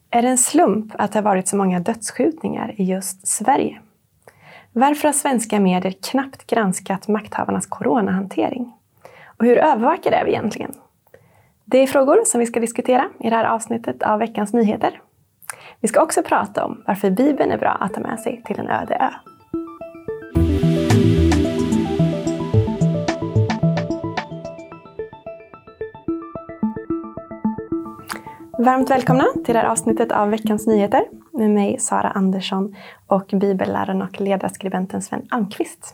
Är det en slump att det har varit så många dödsskjutningar i just Sverige? Varför har svenska medier knappt granskat makthavarnas coronahantering? Och hur övervakade är vi egentligen? Det är frågor som vi ska diskutera i det här avsnittet av Veckans Nyheter. Vi ska också prata om varför Bibeln är bra att ta med sig till en öde ö. Varmt välkomna till det här avsnittet av Veckans Nyheter med mig Sara Andersson och bibelläraren och ledarskribenten Sven Almqvist.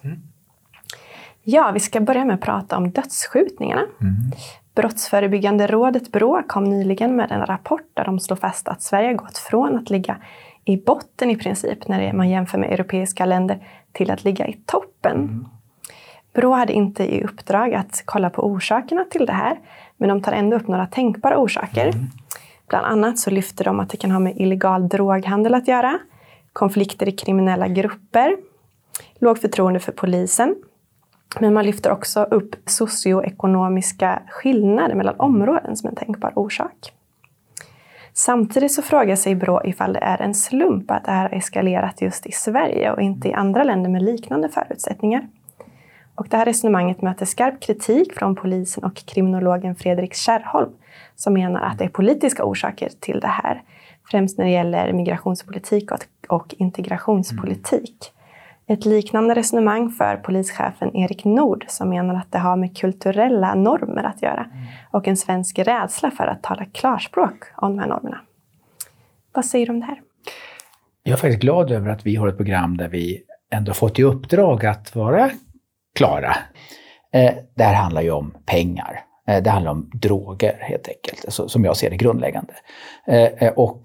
Ja, vi ska börja med att prata om dödsskjutningarna. Brottsförebyggande rådet BRÅ kom nyligen med en rapport där de slår fast att Sverige har gått från att ligga i botten i princip när man jämför med europeiska länder till att ligga i toppen. BRÅ hade inte i uppdrag att kolla på orsakerna till det här, men de tar ändå upp några tänkbara orsaker. Bland annat så lyfter de att det kan ha med illegal droghandel att göra, konflikter i kriminella grupper, låg förtroende för polisen. Men man lyfter också upp socioekonomiska skillnader mellan områden som en tänkbar orsak. Samtidigt så frågar sig BRÅ ifall det är en slump att det här har eskalerat just i Sverige och inte i andra länder med liknande förutsättningar. Och det här resonemanget möter skarp kritik från polisen och kriminologen Fredrik Kärrholm som menar att det är politiska orsaker till det här. Främst när det gäller migrationspolitik och integrationspolitik. Ett liknande resonemang för polischefen Erik Nord som menar att det har med kulturella normer att göra. Och en svensk rädsla för att tala klarspråk om de här normerna. Vad säger du om det här? Jag är faktiskt glad över att vi har ett program där vi ändå fått i uppdrag att vara klara. Det här handlar ju om pengar. Det handlar om droger helt enkelt, alltså, som jag ser det grundläggande. Och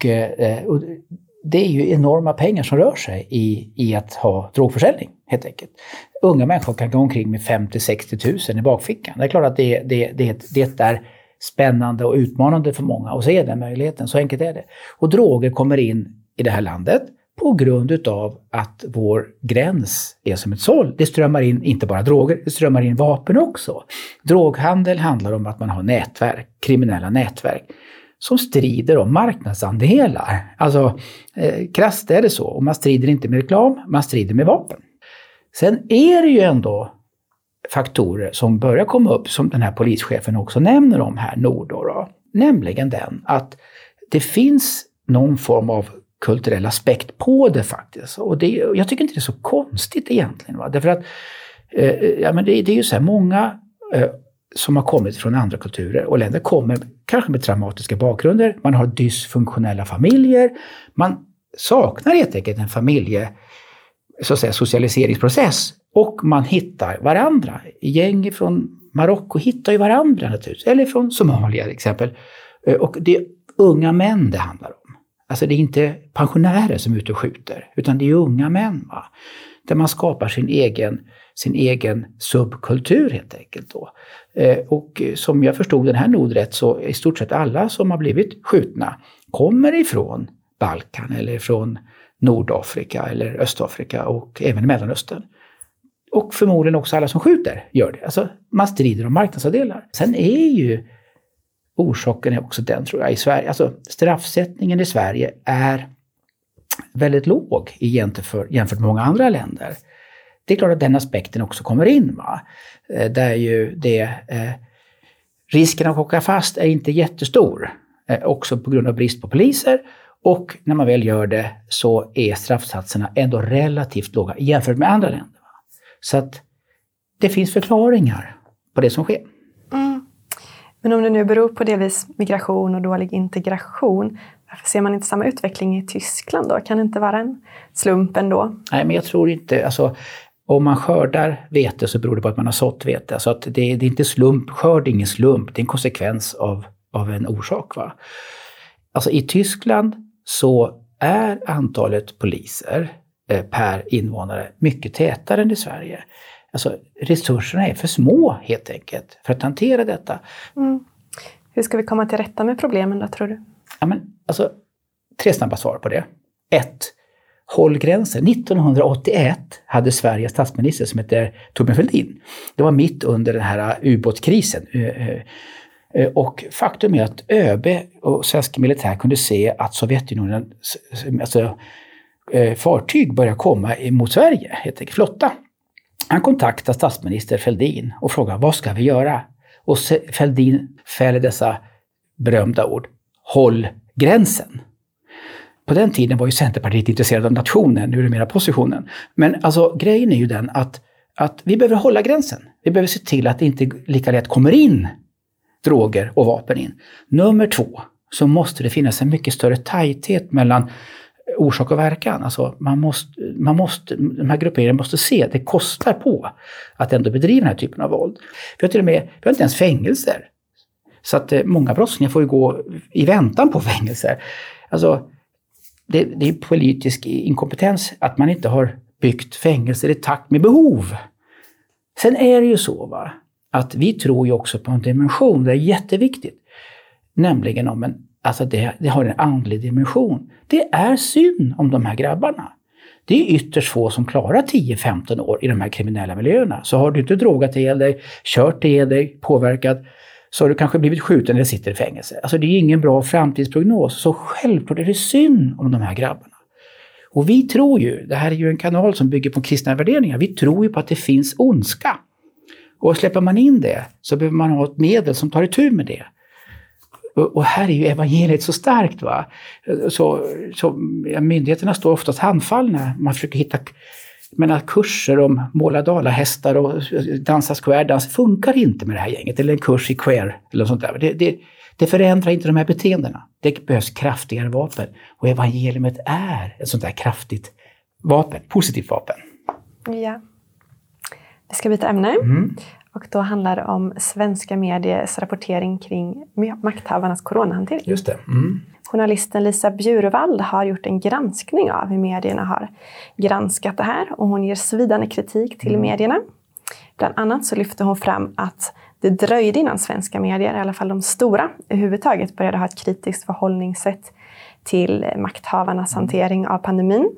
det är ju enorma pengar som rör sig i att ha drogförsäljning helt enkelt. Unga människor kan gå omkring med 50-60 000 i bakfickan. Det är klart att det är spännande och utmanande för många och se den möjligheten, så enkelt är det. Och droger kommer in i det här landet på grund utav att vår gräns är som ett såll. Det strömmar in inte bara droger, det strömmar in vapen också. Droghandel handlar om att man har nätverk, kriminella nätverk som strider om marknadsandelar. Alltså krasst är det så. Och man strider inte med reklam, man strider med vapen. Sen är det ju ändå faktorer som börjar komma upp som den här polischefen också nämner om här, Nord då. Nämligen den att det finns någon form av kulturell aspekt på det faktiskt. Och jag tycker inte det är så konstigt egentligen. Va? Därför att det är ju så här många som har kommit från andra kulturer och länder kommer kanske med traumatiska bakgrunder. Man har dysfunktionella familjer. Man saknar helt enkelt en så att säga, socialiseringsprocess. Och man hittar varandra. Gäng från Marocko hittar ju varandra naturligtvis. Eller från Somalia till exempel. Och det är unga män det handlar om. Alltså det är inte pensionärer som är ute och skjuter, utan det är unga män. Va? Där man skapar sin egen subkultur helt enkelt. Då. Och som jag förstod den här Nordrätt så i stort sett alla som har blivit skjutna kommer ifrån Balkan eller från Nordafrika eller Östafrika och även Mellanöstern. Och förmodligen också alla som skjuter gör det. Alltså man strider om marknadsandelar. Sen är ju orsaken är också den tror jag i Sverige. Alltså straffsättningen i Sverige är väldigt låg jämfört med många andra länder. Det är klart att den aspekten också kommer in. Va? Där ju risken att åka fast är inte jättestor. Också på grund av brist på poliser. Och när man väl gör det så är straffsatserna ändå relativt låga jämfört med andra länder. Va? Så att det finns förklaringar på det som sker. Men om det nu beror på delvis migration och dålig integration, varför ser man inte samma utveckling i Tyskland då? Kan det inte vara en slump ändå? Nej, men jag tror inte. Alltså, om man skördar vete så beror det på att man har sått vete. Alltså att det är inte slump. Skörd är ingen slump. Det är en konsekvens av en orsak. Va? Alltså i Tyskland så är antalet poliser per invånare mycket tätare än i Sverige. Alltså resurserna är för små helt enkelt för att hantera detta. Hur ska vi komma till rätta med problemen då tror du? Ja, men, alltså, 3 snabba svar på det. 1. Håll gränsen. 1981 hade Sveriges statsminister som heter Thorbjörn Fälldin. Det var mitt under den här ubåtskrisen. Och faktum är att ÖB och svensk militär kunde se att Sovjetunionen, alltså fartyg börjar komma mot Sverige, helt enkelt flotta. Han kontaktar statsminister Fälldin och frågar vad ska vi göra? Och Fälldin fäller dessa berömda ord: håll gränsen. På den tiden var ju Centerpartiet intresserad av nationen, nu är det mera positionen. Men alltså grejen är ju den att vi behöver hålla gränsen. Vi behöver se till att det inte lika lätt kommer in droger och vapen in. Nummer 2, så måste det finnas en mycket större tajthet mellan orsak och verkan. Alltså de här grupperingarna måste se att det kostar på att ändå bedriva den här typen av våld. Vi har inte ens fängelser. Så att många brottslingar får ju gå i väntan på fängelser. Alltså det är politisk inkompetens att man inte har byggt fängelser i takt med behov. Sen är det ju så att vi tror ju också på en dimension, det är jätteviktigt. Nämligen alltså det har en andlig dimension. Det är synd om de här grabbarna. Det är ytterst få som klarar 10-15 år i de här kriminella miljöerna. Så har du inte drogat ihjäl dig, kört ihjäl dig, påverkat, så har du kanske blivit skjuten eller sitter i fängelse. Alltså det är ingen bra framtidsprognos. Så självklart är det synd om de här grabbarna. Och vi tror ju, det här är ju en kanal som bygger på kristna värderingar, vi tror ju på att det finns ondska. Och släpper man in det så behöver man ha ett medel som tar itu med det. Och här är ju evangeliet så starkt Så myndigheterna står oftast handfallna. Man försöker hitta kurser om måla dalahästar och dansa square-dans. Funkar inte med det här gänget. Eller en kurs i queer eller sånt där. Det förändrar inte de här beteendena. Det behövs kraftigare vapen. Och evangeliet är ett sånt där kraftigt vapen. Positivt vapen. Ja. Vi ska byta ämne. Och då handlar det om svenska mediers rapportering kring makthavarnas coronahantering. Just det. Journalisten Lisa Bjurvald har gjort en granskning av hur medierna har granskat det här. Och hon ger svidande kritik till medierna. Bland annat så lyfter hon fram att det dröjde innan svenska medier, i alla fall de stora, överhuvudtaget började ha ett kritiskt förhållningssätt till makthavarnas hantering av pandemin.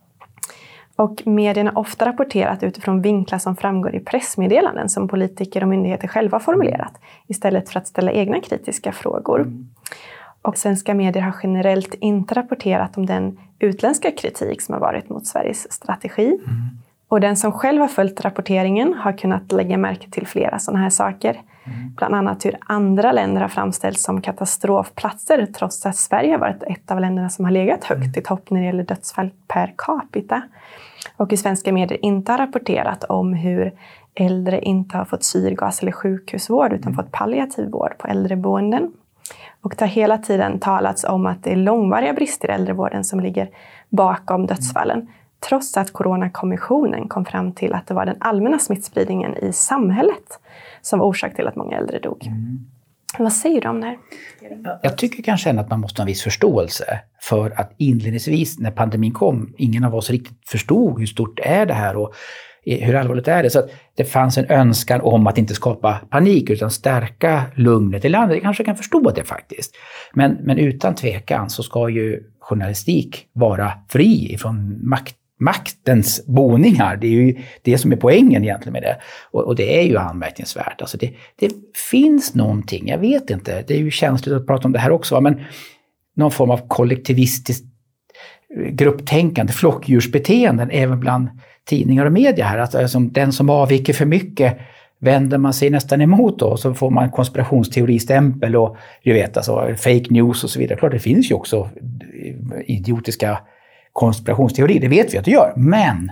Och medierna har ofta rapporterat utifrån vinklar som framgår i pressmeddelanden som politiker och myndigheter själva formulerat, istället för att ställa egna kritiska frågor. Och svenska medier har generellt inte rapporterat om den utländska kritik som har varit mot Sveriges strategi. Och den som själv har följt rapporteringen har kunnat lägga märke till flera sådana här saker. Bland annat hur andra länder har framställts som katastrofplatser trots att Sverige har varit ett av länderna som har legat högt i topp när det gäller dödsfall per capita. Och hur svenska medier inte har rapporterat om hur äldre inte har fått syrgas eller sjukhusvård utan fått palliativ vård på äldreboenden. Och det har hela tiden talats om att det är långvariga brister i äldrevården som ligger bakom dödsfallen. Trots att Coronakommissionen kom fram till att det var den allmänna smittspridningen i samhället som var orsak till att många äldre dog. Vad säger du om det här? Jag tycker kanske att man måste ha en viss förståelse för att inledningsvis när pandemin kom, ingen av oss riktigt förstod hur stort är det här och hur allvarligt är det. Så att det fanns en önskan om att inte skapa panik utan stärka lugnet i landet. Jag kanske kan förstå det faktiskt. Men utan tvekan så ska ju journalistik vara fri ifrån maktens boningar. Det är ju det som är poängen egentligen med det. Och det är ju anmärkningsvärt. Alltså det finns någonting, jag vet inte, det är ju känsligt att prata om det här också, men någon form av kollektivistiskt grupptänkande, flockdjursbeteenden även bland tidningar och media här. Alltså, den som avviker för mycket vänder man sig nästan emot då, så får man konspirationsteoristämpel och alltså fake news och så vidare. Klart det finns ju också idiotiska konspirationsteorier, det vet vi att det gör. Men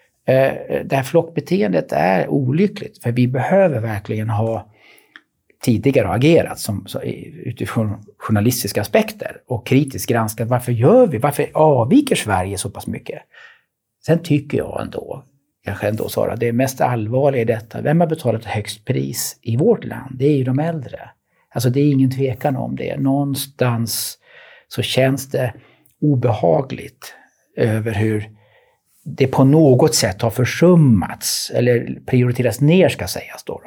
det här flockbeteendet är olyckligt, för vi behöver verkligen ha tidigare agerat utifrån journalistiska aspekter och kritiskt granskat varför avviker Sverige så pass mycket. Sen tycker jag kanske ändå Sara, det mest allvarliga i detta, vem har betalat högst pris i vårt land? Det är ju de äldre. Alltså det är ingen tvekan om det. Någonstans så känns det obehagligt över hur det på något sätt har försummats eller prioriterats ner, ska sägas då.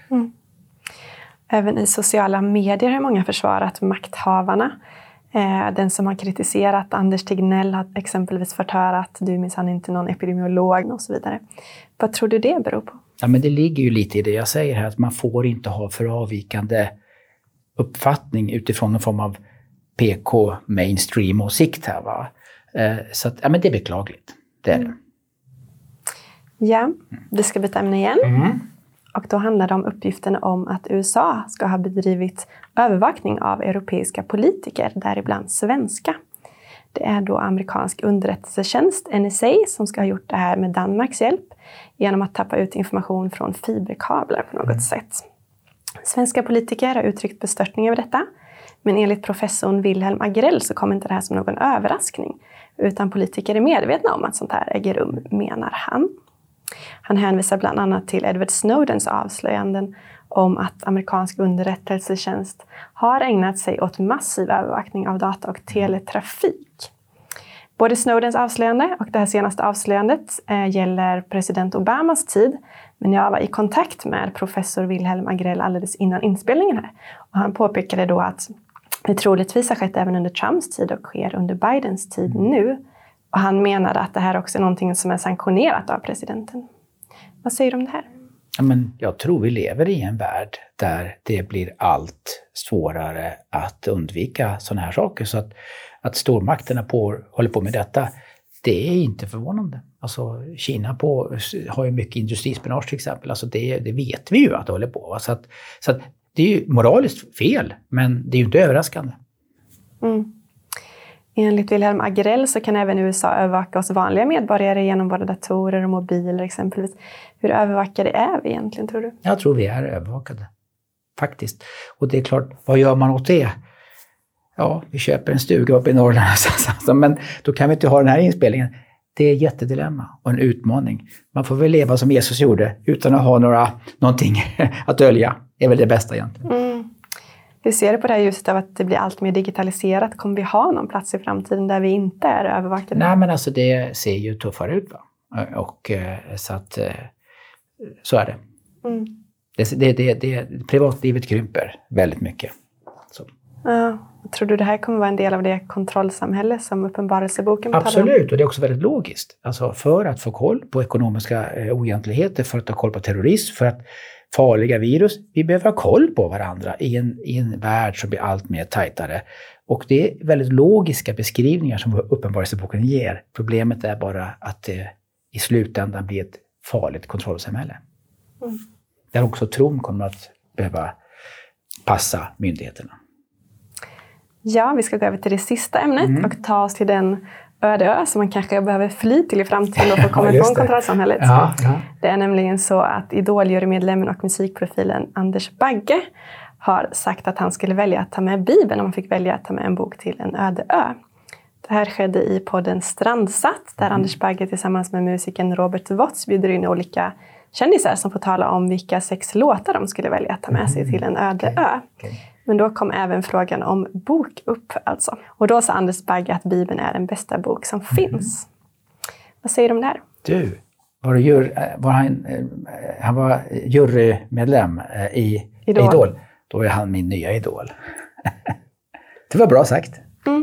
Även i sociala medier har många försvarat makthavarna. Den som har kritiserat Anders Tegnell har exempelvis fått höra att du minsann inte är någon epidemiolog och så vidare. Vad tror du det beror på? Ja, men det ligger ju lite i det jag säger här, att man får inte ha för avvikande uppfattning utifrån någon form av PK mainstream-åsikt här. Va? Så att, ja, men det är beklagligt. Det är det. Ja, vi ska byta ämne igen. Och då handlar det om uppgiften om att USA ska ha bedrivit övervakning av europeiska politiker, däribland svenska. Det är då amerikansk underrättelsetjänst, NSA, som ska ha gjort det här med Danmarks hjälp genom att tappa ut information från fiberkablar på något sätt. Svenska politiker har uttryckt bestörtning över detta, men enligt professorn Wilhelm Agrell så kommer inte det här som någon överraskning, utan politiker är medvetna om att sånt här äger rum, menar han. Han hänvisar bland annat till Edward Snowdens avslöjanden om att amerikansk underrättelsetjänst har ägnat sig åt massiv övervakning av data- och teletrafik. Både Snowdens avslöjande och det här senaste avslöjandet gäller president Obamas tid, men jag var i kontakt med professor Wilhelm Agrell alldeles innan inspelningen här. Och han påpekade då att det troligtvis har skett även under Trumps tid och sker under Bidens tid nu. Och han menade att det här också är någonting som är sanktionerat av presidenten. Vad säger du om det här? Ja, men jag tror vi lever i en värld där det blir allt svårare att undvika sådana här saker. Så att stormakterna håller på med detta, det är inte förvånande. Alltså Kina har ju mycket industrispionage till exempel. Alltså det vet vi ju att det håller på. Va? Så att det är ju moraliskt fel, men det är ju inte överraskande. Enligt Wilhelm Agrell så kan även USA övervaka oss vanliga medborgare genom våra datorer och mobiler exempelvis. Hur övervakade är vi egentligen, tror du? Jag tror vi är övervakade, faktiskt. Och det är klart, vad gör man åt det? Ja, vi köper en stuga uppe i Norrland, men då kan vi inte ha den här inspelningen. Det är ett jättedilemma och en utmaning. Man får väl leva som Jesus gjorde utan att ha någonting att dölja. Det är väl det bästa egentligen. Hur ser du på det här ljuset av att det blir allt mer digitaliserat? Kommer vi ha någon plats i framtiden där vi inte är övervakade? Nej, men alltså det ser ju tuffare ut. Va? Och så att så är det. Privatlivet krymper väldigt mycket. Så. Ja, tror du det här kommer vara en del av det kontrollsamhälle som Uppenbarelseboken talar om? Absolut, och det är också väldigt logiskt. Alltså för att få koll på ekonomiska oegentligheter, för att ta koll på terrorism, för att farliga virus. Vi behöver ha koll på varandra i en värld som blir allt mer tajtare. Och det är väldigt logiska beskrivningar som Uppenbarelseboken ger. Problemet är bara att det i slutändan blir ett farligt kontrollsamhälle. Där också tron kommer att behöva passa myndigheterna. Ja, vi ska gå över till det sista ämnet och ta oss till den öde ö som man kanske behöver fly till i framtiden och få komma ifrån kontrollsamhället. Ja. Det är nämligen så att Idol-jurymedlemmen och musikprofilen Anders Bagge har sagt att han skulle välja att ta med Bibeln om han fick välja att ta med en bok till en öde ö. Det här skedde i podden Strandsatt där Anders Bagge tillsammans med musikern Robert Watts bjuder in olika kändisar som får tala om vilka 6 låtar de skulle välja att ta med sig till en öde ö. Men då kom även frågan om bok upp alltså. Och då sa Anders Bagge att Bibeln är den bästa bok som finns. Vad säger du om det här? Du, han var jurymedlem i Idol. Då är han min nya idol. Det var bra sagt.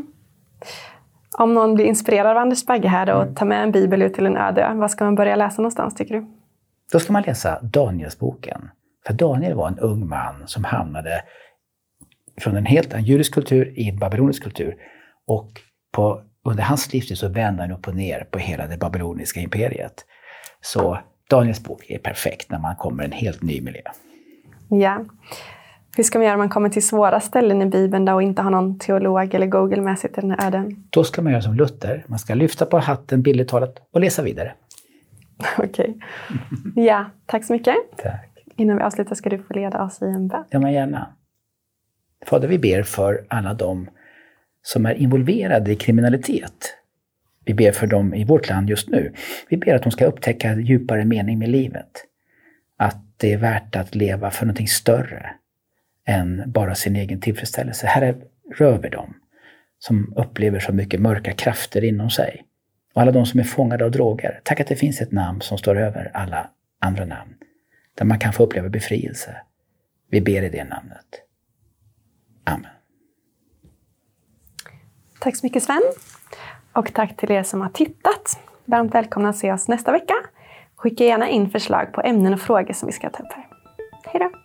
Om någon blir inspirerad av Anders Bagge här och tar med en bibel ut till en öde ö, vad ska man börja läsa någonstans tycker du? Då ska man läsa Danielsboken. För Daniel var en ung man som hamnade från en helt judisk kultur i en babylonisk kultur. Och under hans livstid så vände han upp och ner på hela det babyloniska imperiet. Så Daniels bok är perfekt när man kommer i en helt ny miljö. Ja. Hur ska man göra om man kommer till svåra ställen i Bibeln då och inte har någon teolog eller Google med sig till den här öden? Då ska man göra som Luther. Man ska lyfta på hatten bildligt talat och läsa vidare. Okej. Ja, tack så mycket. Tack. Innan vi avslutar ska du få leda oss i en bön. Ja, men gärna. Fader, vi ber för alla de som är involverade i kriminalitet. Vi ber för dem i vårt land just nu. Vi ber att de ska upptäcka djupare mening med livet. Att det är värt att leva för någonting större än bara sin egen tillfredsställelse. Herre, rör vi dem som upplever så mycket mörka krafter inom sig. Och alla de som är fångade av droger. Tack att det finns ett namn som står över alla andra namn. Där man kan få uppleva befrielse. Vi ber i det namnet. Amen. Tack så mycket Sven. Och tack till er som har tittat. Varmt välkomna att se oss nästa vecka. Skicka gärna in förslag på ämnen och frågor som vi ska ta upp här. Hej då!